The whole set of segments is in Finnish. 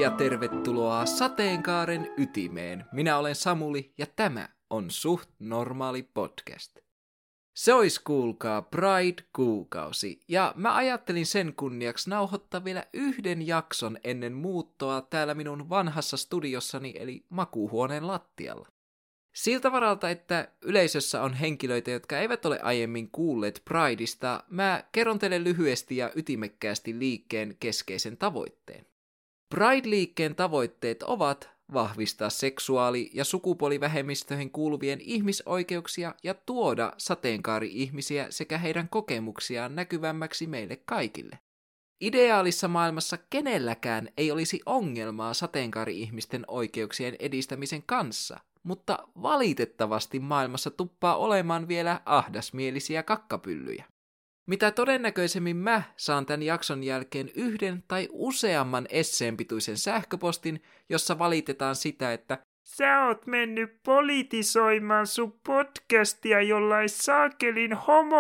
ja tervetuloa Sateenkaaren ytimeen. Minä olen Samuli ja tämä on Suht Normaali podcast. Se ois kuulkaa Pride-kuukausi ja mä ajattelin sen kunniaksi nauhoittaa vielä yhden jakson ennen muuttoa täällä minun vanhassa studiossani eli makuuhuoneen lattialla. Siltä varalta, että yleisössä on henkilöitä, jotka eivät ole aiemmin kuulleet Prideista, mä kerron teille lyhyesti ja ytimekkäästi liikkeen keskeisen tavoitteen. Pride-liikkeen tavoitteet ovat vahvistaa seksuaali- ja sukupuolivähemmistöihin kuuluvien ihmisoikeuksia ja tuoda sateenkaari-ihmisiä sekä heidän kokemuksiaan näkyvämmäksi meille kaikille. Ideaalissa maailmassa kenelläkään ei olisi ongelmaa sateenkaari-ihmisten oikeuksien edistämisen kanssa, mutta valitettavasti maailmassa tuppaa olemaan vielä ahdasmielisiä kakkapyllyjä. Mitä todennäköisemmin mä saan tämän jakson jälkeen yhden tai useamman esseenpituisen sähköpostin, jossa valitetaan sitä, että sä oot mennyt politisoimaan sun podcastia jollain saakelin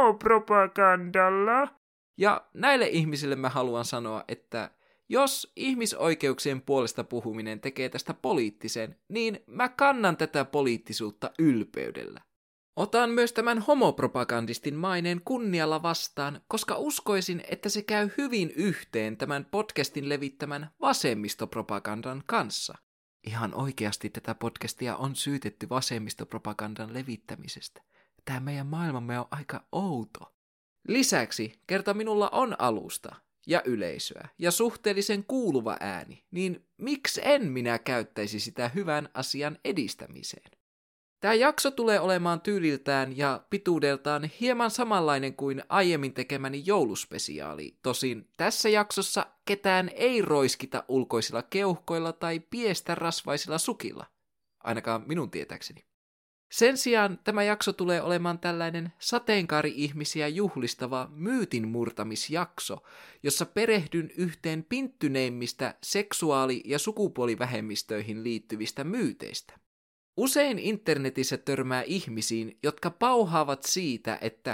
homopropagandalla. Ja näille ihmisille mä haluan sanoa, että jos ihmisoikeuksien puolesta puhuminen tekee tästä poliittisen, niin mä kannan tätä poliittisuutta ylpeydellä. Otan myös tämän homopropagandistin maineen kunnialla vastaan, koska uskoisin, että se käy hyvin yhteen tämän podcastin levittämän vasemmistopropagandan kanssa. Ihan oikeasti tätä podcastia on syytetty vasemmistopropagandan levittämisestä. Tämä meidän maailmamme on aika outo. Lisäksi, kerta minulla on alusta ja yleisöä ja suhteellisen kuuluva ääni, niin miksi en minä käyttäisi sitä hyvän asian edistämiseen? Tämä jakso tulee olemaan tyyliltään ja pituudeltaan hieman samanlainen kuin aiemmin tekemäni jouluspesiaali. Tosin tässä jaksossa ketään ei roiskita ulkoisilla keuhkoilla tai piestä rasvaisilla sukilla. Ainakaan minun tietääkseni. Sen sijaan tämä jakso tulee olemaan tällainen sateenkaari-ihmisiä juhlistava myytinmurtamisjakso, jossa perehdyn yhteen pinttyneimmistä seksuaali- ja sukupuolivähemmistöihin liittyvistä myyteistä. Usein internetissä törmää ihmisiin, jotka pauhaavat siitä, että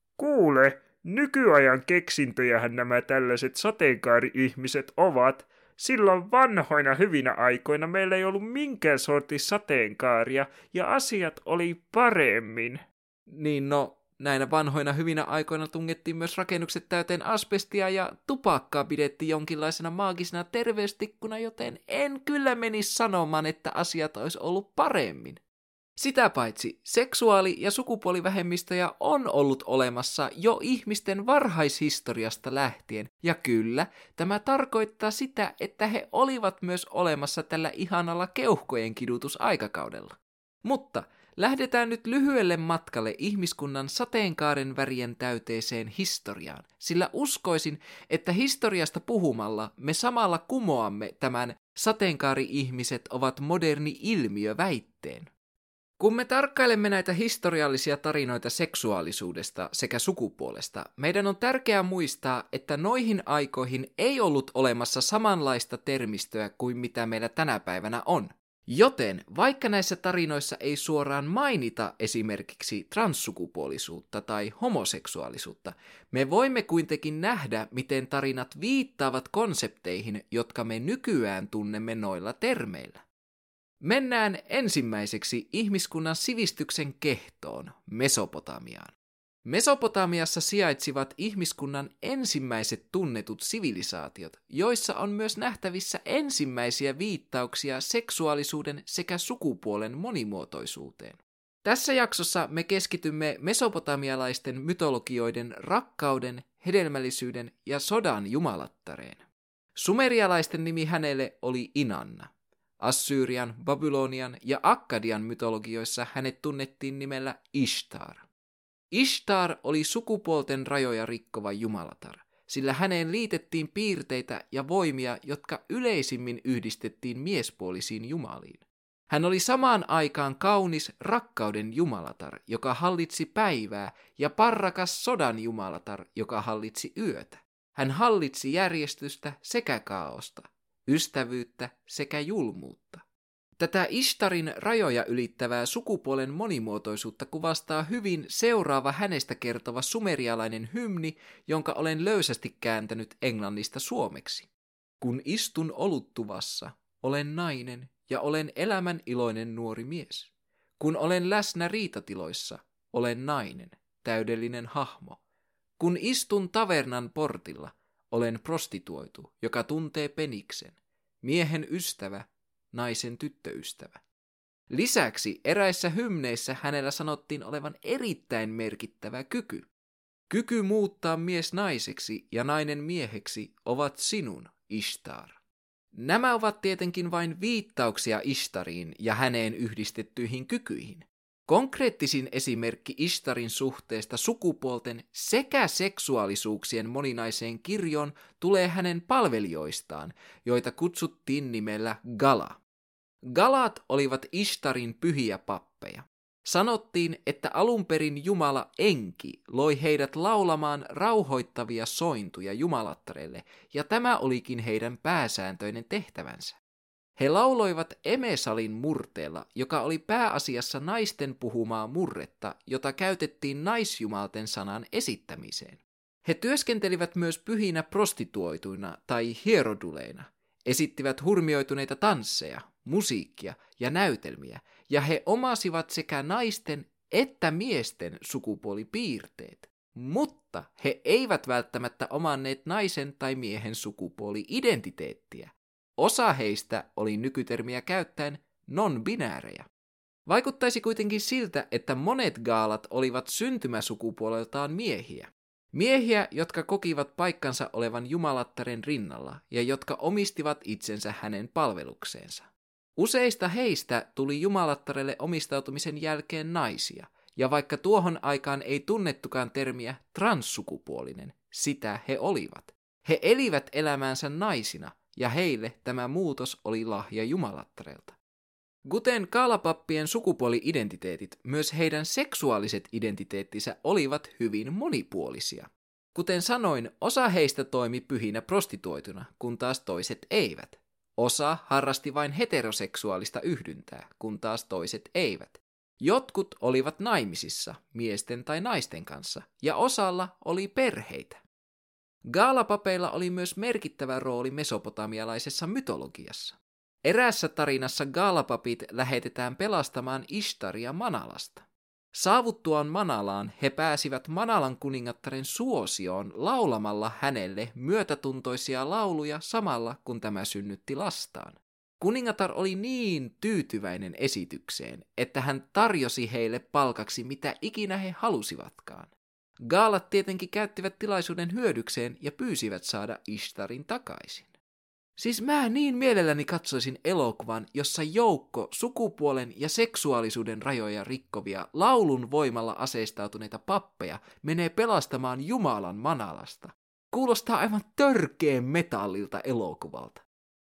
kuule, nykyajan keksintöjähän nämä tällaiset sateenkaari-ihmiset ovat. Silloin vanhoina hyvinä aikoina meillä ei ollut minkään sortin sateenkaaria ja asiat oli paremmin. Niin näinä vanhoina hyvinä aikoina tungettiin myös rakennukset täyteen asbestia ja tupakkaa pidettiin jonkinlaisena maagisena terveystikkuna, joten en kyllä menisi sanomaan, että asiat olisi ollut paremmin. Sitä paitsi seksuaali- ja sukupuolivähemmistöjä on ollut olemassa jo ihmisten varhaishistoriasta lähtien, ja kyllä, tämä tarkoittaa sitä, että he olivat myös olemassa tällä ihanalla keuhkojen kidutusaikakaudella. Mutta lähdetään nyt lyhyelle matkalle ihmiskunnan sateenkaaren värien täyteiseen historiaan, sillä uskoisin, että historiasta puhumalla me samalla kumoamme tämän sateenkaari-ihmiset ovat moderni ilmiö väitteen. Kun me tarkkailemme näitä historiallisia tarinoita seksuaalisuudesta sekä sukupuolesta, meidän on tärkeää muistaa, että noihin aikoihin ei ollut olemassa samanlaista termistöä kuin mitä meillä tänä päivänä on. Joten vaikka näissä tarinoissa ei suoraan mainita esimerkiksi transsukupuolisuutta tai homoseksuaalisuutta, me voimme kuitenkin nähdä, miten tarinat viittaavat konsepteihin, jotka me nykyään tunnemme noilla termeillä. Mennään ensimmäiseksi ihmiskunnan sivistyksen kehtoon, Mesopotamiaan. Mesopotamiassa sijaitsivat ihmiskunnan ensimmäiset tunnetut sivilisaatiot, joissa on myös nähtävissä ensimmäisiä viittauksia seksuaalisuuden sekä sukupuolen monimuotoisuuteen. Tässä jaksossa me keskitymme mesopotamialaisten mytologioiden rakkauden, hedelmällisyyden ja sodan jumalattareen. Sumerialaisten nimi hänelle oli Inanna. Assyrian, Babylonian ja Akkadian mytologioissa hänet tunnettiin nimellä Ishtar. Ishtar oli sukupuolten rajoja rikkova jumalatar, sillä häneen liitettiin piirteitä ja voimia, jotka yleisimmin yhdistettiin miespuolisiin jumaliin. Hän oli samaan aikaan kaunis rakkauden jumalatar, joka hallitsi päivää, ja parrakas sodan jumalatar, joka hallitsi yötä. Hän hallitsi järjestystä sekä kaaosta, ystävyyttä sekä julmuutta. Tätä Ishtarin rajoja ylittävää sukupuolen monimuotoisuutta kuvastaa hyvin seuraava hänestä kertova sumerialainen hymni, jonka olen löysästi kääntänyt englannista suomeksi. Kun istun oluttuvassa, olen nainen ja olen elämän iloinen nuori mies. Kun olen läsnä riitatiloissa, olen nainen, täydellinen hahmo. Kun istun tavernan portilla, olen prostituoitu, joka tuntee peniksen, miehen ystävä, naisen tyttöystävä. Lisäksi eräissä hymneissä hänellä sanottiin olevan erittäin merkittävä kyky. Kyky muuttaa mies naiseksi ja nainen mieheksi ovat sinun, Ishtar. Nämä ovat tietenkin vain viittauksia Ishtariin ja häneen yhdistettyihin kykyihin. Konkreettisin esimerkki Ishtarin suhteesta sukupuolten sekä seksuaalisuuksien moninaiseen kirjoon tulee hänen palvelijoistaan, joita kutsuttiin nimellä Gala. Galat olivat Ishtarin pyhiä pappeja. Sanottiin, että alun perin Jumala Enki loi heidät laulamaan rauhoittavia sointuja jumalattarelle, ja tämä olikin heidän pääsääntöinen tehtävänsä. He lauloivat Emesalin murteella, joka oli pääasiassa naisten puhumaa murretta, jota käytettiin naisjumalten sanan esittämiseen. He työskentelivät myös pyhinä prostituoituina tai hieroduleina, esittivät hurmioituneita tansseja, musiikkia ja näytelmiä, ja he omasivat sekä naisten että miesten sukupuolipiirteet, mutta he eivät välttämättä omanneet naisen tai miehen sukupuoli-identiteettiä. Osa heistä oli nykytermiä käyttäen non-binäärejä. Vaikuttaisi kuitenkin siltä, että monet gaalat olivat syntymäsukupuoleltaan miehiä. Miehiä, jotka kokivat paikkansa olevan jumalattaren rinnalla ja jotka omistivat itsensä hänen palvelukseensa. Useista heistä tuli jumalattarelle omistautumisen jälkeen naisia, ja vaikka tuohon aikaan ei tunnettukaan termiä transsukupuolinen, sitä he olivat. He elivät elämäänsä naisina, ja heille tämä muutos oli lahja jumalattarelta. Kuten kaalapappien sukupuoli-identiteetit, myös heidän seksuaaliset identiteettinsä olivat hyvin monipuolisia. Kuten sanoin, osa heistä toimi pyhinä prostituoituna, kun taas toiset eivät. Osa harrasti vain heteroseksuaalista yhdyntää, kun taas toiset eivät. Jotkut olivat naimisissa miesten tai naisten kanssa, ja osalla oli perheitä. Gaalapapeilla oli myös merkittävä rooli mesopotamialaisessa mytologiassa. Eräässä tarinassa gaalapapit lähetetään pelastamaan Ishtaria Manalasta. Saavuttuaan Manalaan he pääsivät Manalan kuningattaren suosioon laulamalla hänelle myötätuntoisia lauluja samalla kun tämä synnytti lastaan. Kuningatar oli niin tyytyväinen esitykseen, että hän tarjosi heille palkaksi mitä ikinä he halusivatkaan. Gaalat tietenkin käyttivät tilaisuuden hyödykseen ja pyysivät saada Ishtarin takaisin. Siis mä niin mielelläni katsoisin elokuvan, jossa joukko sukupuolen ja seksuaalisuuden rajoja rikkovia laulun voimalla aseistautuneita pappeja menee pelastamaan Jumalan Manalasta. Kuulostaa aivan törkeen metallilta elokuvalta.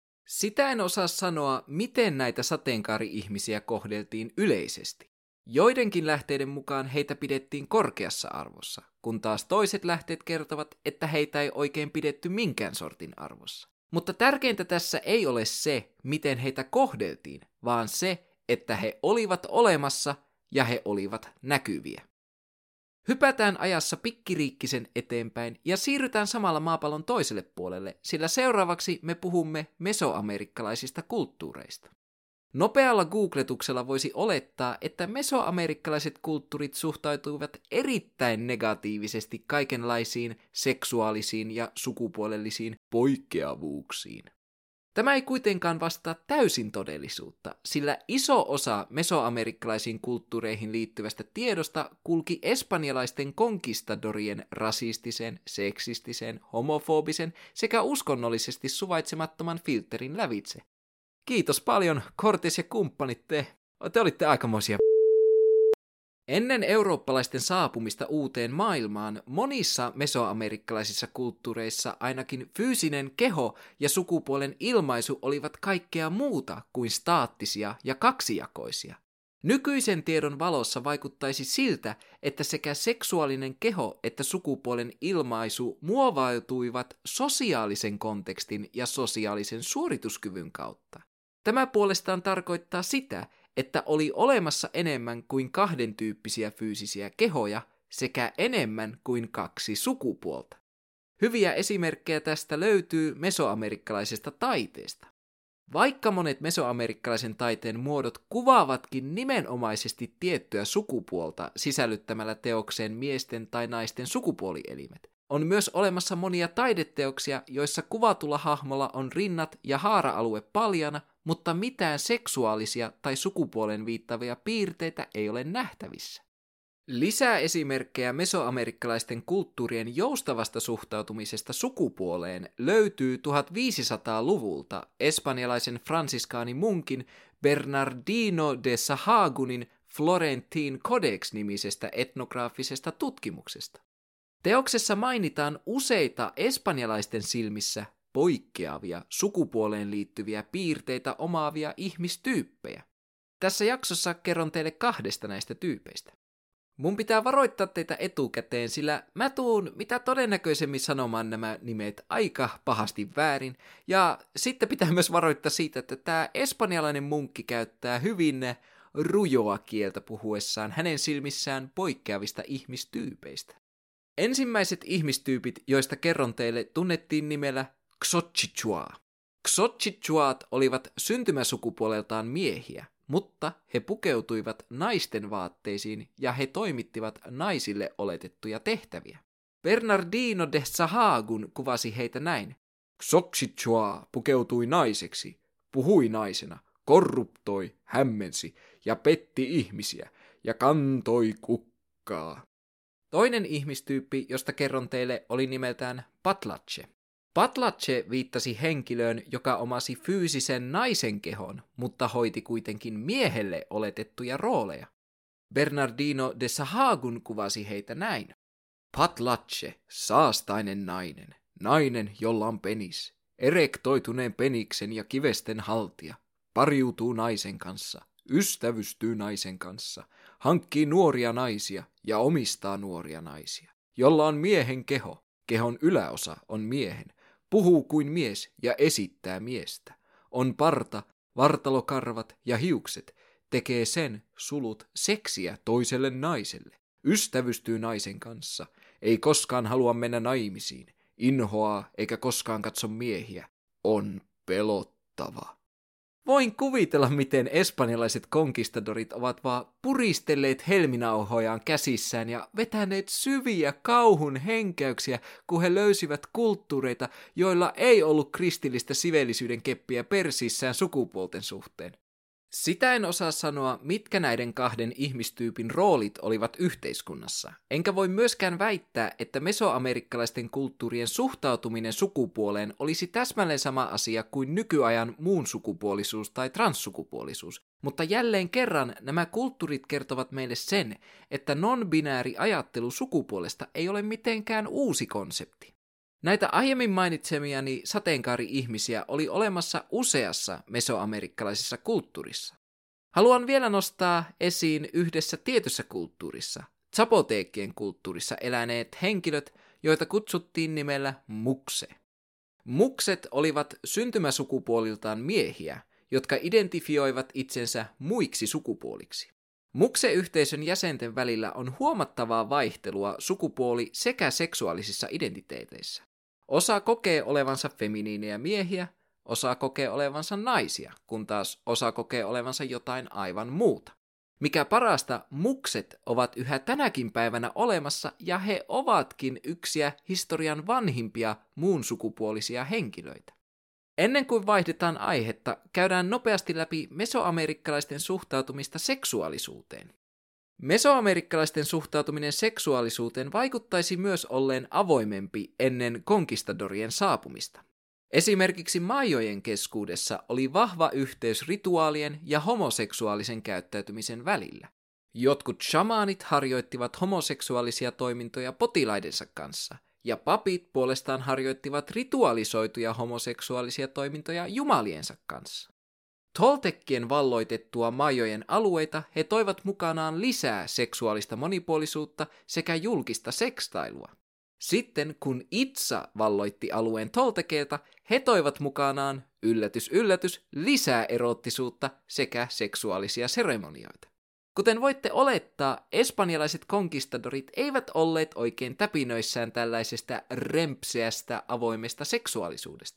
Sitä en osaa sanoa, miten näitä sateenkaari-ihmisiä kohdeltiin yleisesti. Joidenkin lähteiden mukaan heitä pidettiin korkeassa arvossa, kun taas toiset lähteet kertovat, että heitä ei oikein pidetty minkään sortin arvossa. Mutta tärkeintä tässä ei ole se, miten heitä kohdeltiin, vaan se, että he olivat olemassa ja he olivat näkyviä. Hypätään ajassa pikkiriikkisen eteenpäin ja siirrytään samalla maapallon toiselle puolelle, sillä seuraavaksi me puhumme mesoamerikkalaisista kulttuureista. Nopealla googletuksella voisi olettaa, että mesoamerikkalaiset kulttuurit suhtautuivat erittäin negatiivisesti kaikenlaisiin seksuaalisiin ja sukupuolellisiin poikkeavuuksiin. Tämä ei kuitenkaan vastaa täysin todellisuutta, sillä iso osa mesoamerikkalaisiin kulttuureihin liittyvästä tiedosta kulki espanjalaisten konkistadorien rasistisen, seksistisen, homofobisen sekä uskonnollisesti suvaitsemattoman filterin lävitse. Kiitos paljon, Cortés ja kumppanit, te olitte aikamoisia. Ennen eurooppalaisten saapumista uuteen maailmaan monissa mesoamerikkalaisissa kulttuureissa ainakin fyysinen keho ja sukupuolen ilmaisu olivat kaikkea muuta kuin staattisia ja kaksijakoisia. Nykyisen tiedon valossa vaikuttaisi siltä, että sekä seksuaalinen keho että sukupuolen ilmaisu muovautuivat sosiaalisen kontekstin ja sosiaalisen suorituskyvyn kautta. Tämä puolestaan tarkoittaa sitä, että oli olemassa enemmän kuin kahden tyyppisiä fyysisiä kehoja sekä enemmän kuin kaksi sukupuolta. Hyviä esimerkkejä tästä löytyy mesoamerikkalaisesta taiteesta. Vaikka monet mesoamerikkalaisen taiteen muodot kuvaavatkin nimenomaisesti tiettyä sukupuolta sisällyttämällä teokseen miesten tai naisten sukupuolielimet, on myös olemassa monia taideteoksia, joissa kuvatulla hahmolla on rinnat ja haara-alue paljana, mutta mitään seksuaalisia tai sukupuolen viittaavia piirteitä ei ole nähtävissä. Lisää esimerkkejä mesoamerikkalaisten kulttuurien joustavasta suhtautumisesta sukupuoleen löytyy 1500-luvulta espanjalaisen fransiskaanimunkin Bernardino de Sahagunin Florentine Codex-nimisestä etnograafisesta tutkimuksesta. Teoksessa mainitaan useita espanjalaisten silmissä poikkeavia sukupuoleen liittyviä piirteitä omaavia ihmistyyppejä. Tässä jaksossa kerron teille 2 näistä tyypeistä. Mun pitää varoittaa teitä etukäteen, sillä mä tuun mitä todennäköisemmin sanomaan nämä nimet aika pahasti väärin. Ja sitten pitää myös varoittaa siitä, että tämä espanjalainen munkki käyttää hyvin rujoa kieltä puhuessaan hänen silmissään poikkeavista ihmistyypeistä. Ensimmäiset ihmistyypit, joista kerron teille, tunnettiin nimellä Xochichua. Xochichuat olivat syntymäsukupuoleltaan miehiä, mutta he pukeutuivat naisten vaatteisiin ja he toimittivat naisille oletettuja tehtäviä. Bernardino de Sahagun kuvasi heitä näin. Xochichua pukeutui naiseksi, puhui naisena, korruptoi, hämmensi ja petti ihmisiä ja kantoi kukkaa. Toinen ihmistyyppi, josta kerron teille, oli nimeltään Patlache. Patlache viittasi henkilöön, joka omasi fyysisen naisen kehon, mutta hoiti kuitenkin miehelle oletettuja rooleja. Bernardino de Sahagun kuvasi heitä näin. Patlache, saastainen nainen, nainen, jolla on penis, erektoituneen peniksen ja kivesten haltija, pariutuu naisen kanssa, ystävystyy naisen kanssa, hankkii nuoria naisia ja omistaa nuoria naisia, jolla on miehen keho, kehon yläosa on miehen, puhuu kuin mies ja esittää miestä, on parta, vartalokarvat ja hiukset, tekee sen, sulut, seksiä toiselle naiselle, ystävystyy naisen kanssa, ei koskaan halua mennä naimisiin, inhoaa eikä koskaan katso miehiä, on pelottava. Voin kuvitella, miten espanjalaiset konkistadorit ovat vaan puristelleet helminauhojaan käsissään ja vetäneet syviä kauhun henkäyksiä, kun he löysivät kulttuureita, joilla ei ollut kristillistä siveellisyyden keppiä persissään sukupuolten suhteen. Sitä en osaa sanoa, mitkä näiden 2 ihmistyypin roolit olivat yhteiskunnassa, enkä voi myöskään väittää, että mesoamerikkalaisten kulttuurien suhtautuminen sukupuoleen olisi täsmälleen sama asia kuin nykyajan muun sukupuolisuus tai transsukupuolisuus, mutta jälleen kerran nämä kulttuurit kertovat meille sen, että non-binääri ajattelu sukupuolesta ei ole mitenkään uusi konsepti. Näitä aiemmin mainitsemiani sateenkaari-ihmisiä oli olemassa useassa mesoamerikkalaisessa kulttuurissa. Haluan vielä nostaa esiin yhdessä tietyssä kulttuurissa, zapoteekkien kulttuurissa eläneet henkilöt, joita kutsuttiin nimellä mukse. Mukset olivat syntymäsukupuoliltaan miehiä, jotka identifioivat itsensä muiksi sukupuoliksi. Mukse-yhteisön jäsenten välillä on huomattavaa vaihtelua sukupuoli- sekä seksuaalisissa identiteeteissä. Osa kokee olevansa feminiinejä miehiä, osa kokee olevansa naisia, kun taas osa kokee olevansa jotain aivan muuta. Mikä parasta, mukset ovat yhä tänäkin päivänä olemassa ja he ovatkin yksiä historian vanhimpia muun sukupuolisia henkilöitä. Ennen kuin vaihdetaan aihetta, käydään nopeasti läpi mesoamerikkalaisten suhtautumista seksuaalisuuteen. Mesoamerikkalaisten suhtautuminen seksuaalisuuteen vaikuttaisi myös olleen avoimempi ennen konkistadorien saapumista. Esimerkiksi maijojen keskuudessa oli vahva yhteys rituaalien ja homoseksuaalisen käyttäytymisen välillä. Jotkut shamaanit harjoittivat homoseksuaalisia toimintoja potilaidensa kanssa, ja papit puolestaan harjoittivat ritualisoituja homoseksuaalisia toimintoja jumaliensa kanssa. Toltekkien valloitettua maijojen alueita he toivat mukanaan lisää seksuaalista monipuolisuutta sekä julkista sekstailua. Sitten kun Itza valloitti alueen toltekeilta, he toivat mukanaan, yllätys yllätys, lisää eroottisuutta sekä seksuaalisia seremonioita. Kuten voitte olettaa, espanjalaiset konkistadorit eivät olleet oikein täpinöissään tällaisesta rempseästä avoimesta seksuaalisuudesta.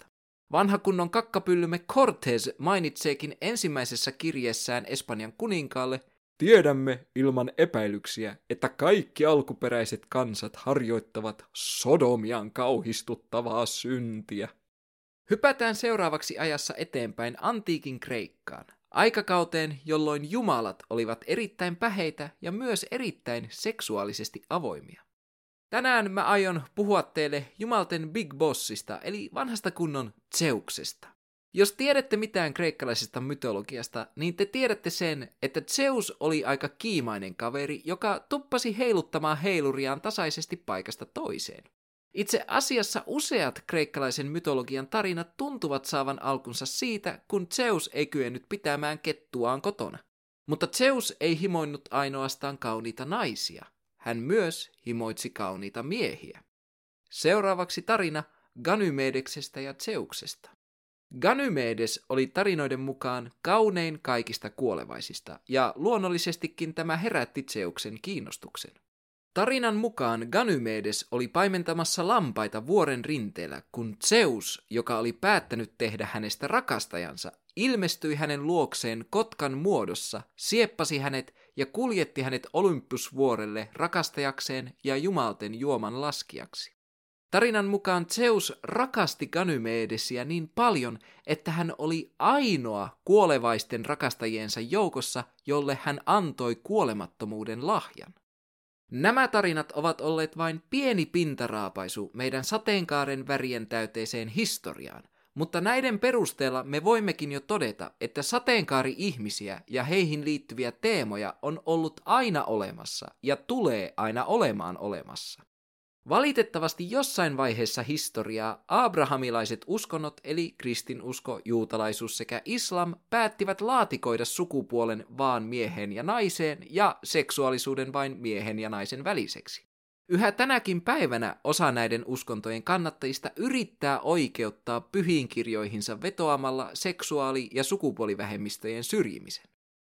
Vanha kunnon kakkapyllymme Cortés mainitseekin ensimmäisessä kirjeessään Espanjan kuninkaalle: tiedämme ilman epäilyksiä, että kaikki alkuperäiset kansat harjoittavat Sodomian kauhistuttavaa syntiä. Hypätään seuraavaksi ajassa eteenpäin antiikin Kreikkaan, aikakauteen, jolloin jumalat olivat erittäin päheitä ja myös erittäin seksuaalisesti avoimia. Tänään mä aion puhua teille jumalten Big Bossista, eli vanhasta kunnon Zeuksesta. Jos tiedätte mitään kreikkalaisesta mytologiasta, niin te tiedätte sen, että Zeus oli aika kiimainen kaveri, joka tuppasi heiluttamaan heiluriaan tasaisesti paikasta toiseen. Itse asiassa useat kreikkalaisen mytologian tarinat tuntuvat saavan alkunsa siitä, kun Zeus ei kyennyt pitämään kettuaan kotona. Mutta Zeus ei himoinnut ainoastaan kauniita naisia. Hän myös himoitsi kauniita miehiä. Seuraavaksi tarina Ganymedeksestä ja Zeuksesta. Ganymedes oli tarinoiden mukaan kaunein kaikista kuolevaisista, ja luonnollisestikin tämä herätti Zeuksen kiinnostuksen. Tarinan mukaan Ganymedes oli paimentamassa lampaita vuoren rinteellä, kun Zeus, joka oli päättänyt tehdä hänestä rakastajansa, ilmestyi hänen luokseen kotkan muodossa, sieppasi hänet ja kuljetti hänet Olympusvuorelle rakastajakseen ja jumalten juoman laskijaksi. Tarinan mukaan Zeus rakasti Ganymedesia niin paljon, että hän oli ainoa kuolevaisten rakastajiensa joukossa, jolle hän antoi kuolemattomuuden lahjan. Nämä tarinat ovat olleet vain pieni pintaraapaisu meidän sateenkaaren värien täyteiseen historiaan, mutta näiden perusteella me voimmekin jo todeta, että sateenkaari-ihmisiä ja heihin liittyviä teemoja on ollut aina olemassa ja tulee aina olemaan olemassa. Valitettavasti jossain vaiheessa historiaa abrahamilaiset uskonnot eli kristinusko, juutalaisuus sekä islam päättivät laatikoida sukupuolen vaan miehen ja naiseen ja seksuaalisuuden vain miehen ja naisen väliseksi. Yhä tänäkin päivänä osa näiden uskontojen kannattajista yrittää oikeuttaa pyhiinkirjoihinsa vetoamalla seksuaali- ja sukupuolivähemmistöjen syrjimisen.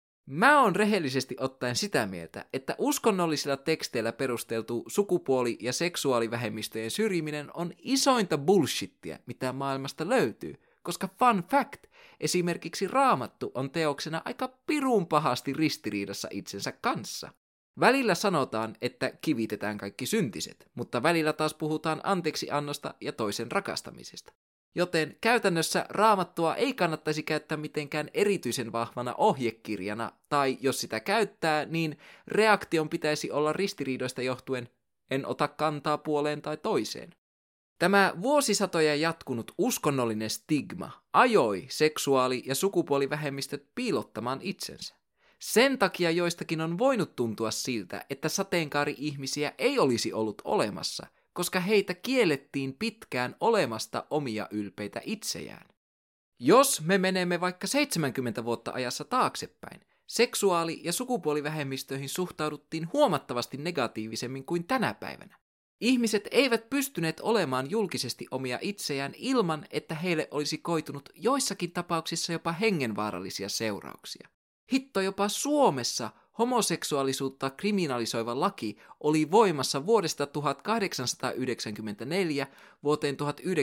Mä oon rehellisesti ottaen sitä mieltä, että uskonnollisilla teksteillä perusteltu sukupuoli- ja seksuaalivähemmistöjen syrjiminen on isointa bullshittia, mitä maailmasta löytyy, koska fun fact, esimerkiksi Raamattu on teoksena aika pirun pahasti ristiriidassa itsensä kanssa. Välillä sanotaan, että kivitetään kaikki syntiset, mutta välillä taas puhutaan anteeksiannosta ja toisen rakastamisesta. Joten käytännössä Raamattua ei kannattaisi käyttää mitenkään erityisen vahvana ohjekirjana, tai jos sitä käyttää, niin reaktion pitäisi olla ristiriidoista johtuen en ota kantaa puoleen tai toiseen. Tämä vuosisatoja jatkunut uskonnollinen stigma ajoi seksuaali- ja sukupuolivähemmistöt piilottamaan itsensä. Sen takia joistakin on voinut tuntua siltä, että sateenkaari-ihmisiä ei olisi ollut olemassa, koska heitä kiellettiin pitkään olemasta omia ylpeitä itsejään. Jos me menemme vaikka 70 vuotta ajassa taaksepäin, seksuaali- ja sukupuolivähemmistöihin suhtauduttiin huomattavasti negatiivisemmin kuin tänä päivänä. Ihmiset eivät pystyneet olemaan julkisesti omia itseään ilman, että heille olisi koitunut joissakin tapauksissa jopa hengenvaarallisia seurauksia. Hitto, jopa Suomessa homoseksuaalisuutta kriminalisoiva laki oli voimassa vuodesta 1894 vuoteen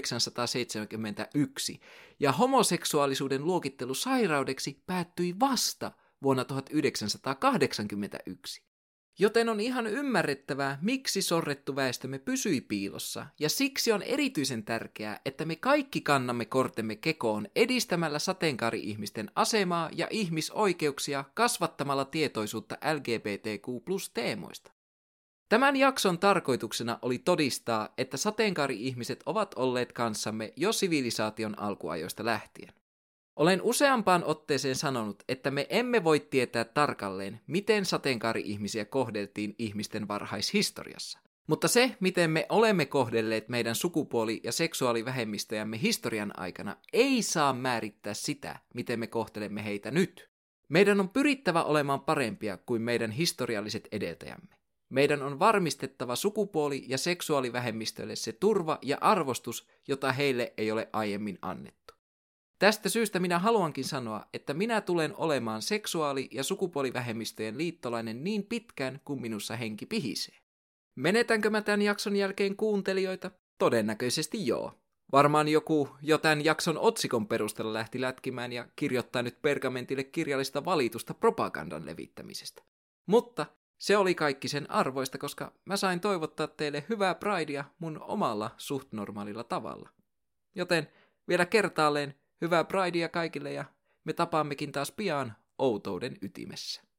1971, ja homoseksuaalisuuden luokittelu sairaudeksi päättyi vasta vuonna 1981. Joten on ihan ymmärrettävää, miksi sorrettu väestömme pysyi piilossa, ja siksi on erityisen tärkeää, että me kaikki kannamme kortemme kekoon edistämällä sateenkaari-ihmisten asemaa ja ihmisoikeuksia kasvattamalla tietoisuutta LGBTQ+-teemoista. Tämän jakson tarkoituksena oli todistaa, että sateenkaari-ihmiset ovat olleet kanssamme jo sivilisaation alkuajoista lähtien. Olen useampaan otteeseen sanonut, että me emme voi tietää tarkalleen, miten sateenkaari-ihmisiä kohdeltiin ihmisten varhaishistoriassa. Mutta se, miten me olemme kohdelleet meidän sukupuoli- ja seksuaalivähemmistöjämme historian aikana, ei saa määrittää sitä, miten me kohtelemme heitä nyt. Meidän on pyrittävä olemaan parempia kuin meidän historialliset edeltäjämme. Meidän on varmistettava sukupuoli- ja seksuaalivähemmistöille se turva ja arvostus, jota heille ei ole aiemmin annettu. Tästä syystä minä haluankin sanoa, että minä tulen olemaan seksuaali- ja sukupuolivähemmistöjen liittolainen niin pitkään, kuin minussa henki pihisee. Menetänkö mä tämän jakson jälkeen kuuntelijoita? Todennäköisesti joo. Varmaan joku jo tämän jakson otsikon perusteella lähti lätkimään ja kirjoittaa nyt pergamentille kirjallista valitusta propagandan levittämisestä. Mutta se oli kaikki sen arvoista, koska mä sain toivottaa teille hyvää Pridea mun omalla suht normaalilla tavalla. Joten vielä kertaalleen hyvää Pridea kaikille ja me tapaammekin taas pian outouden ytimessä.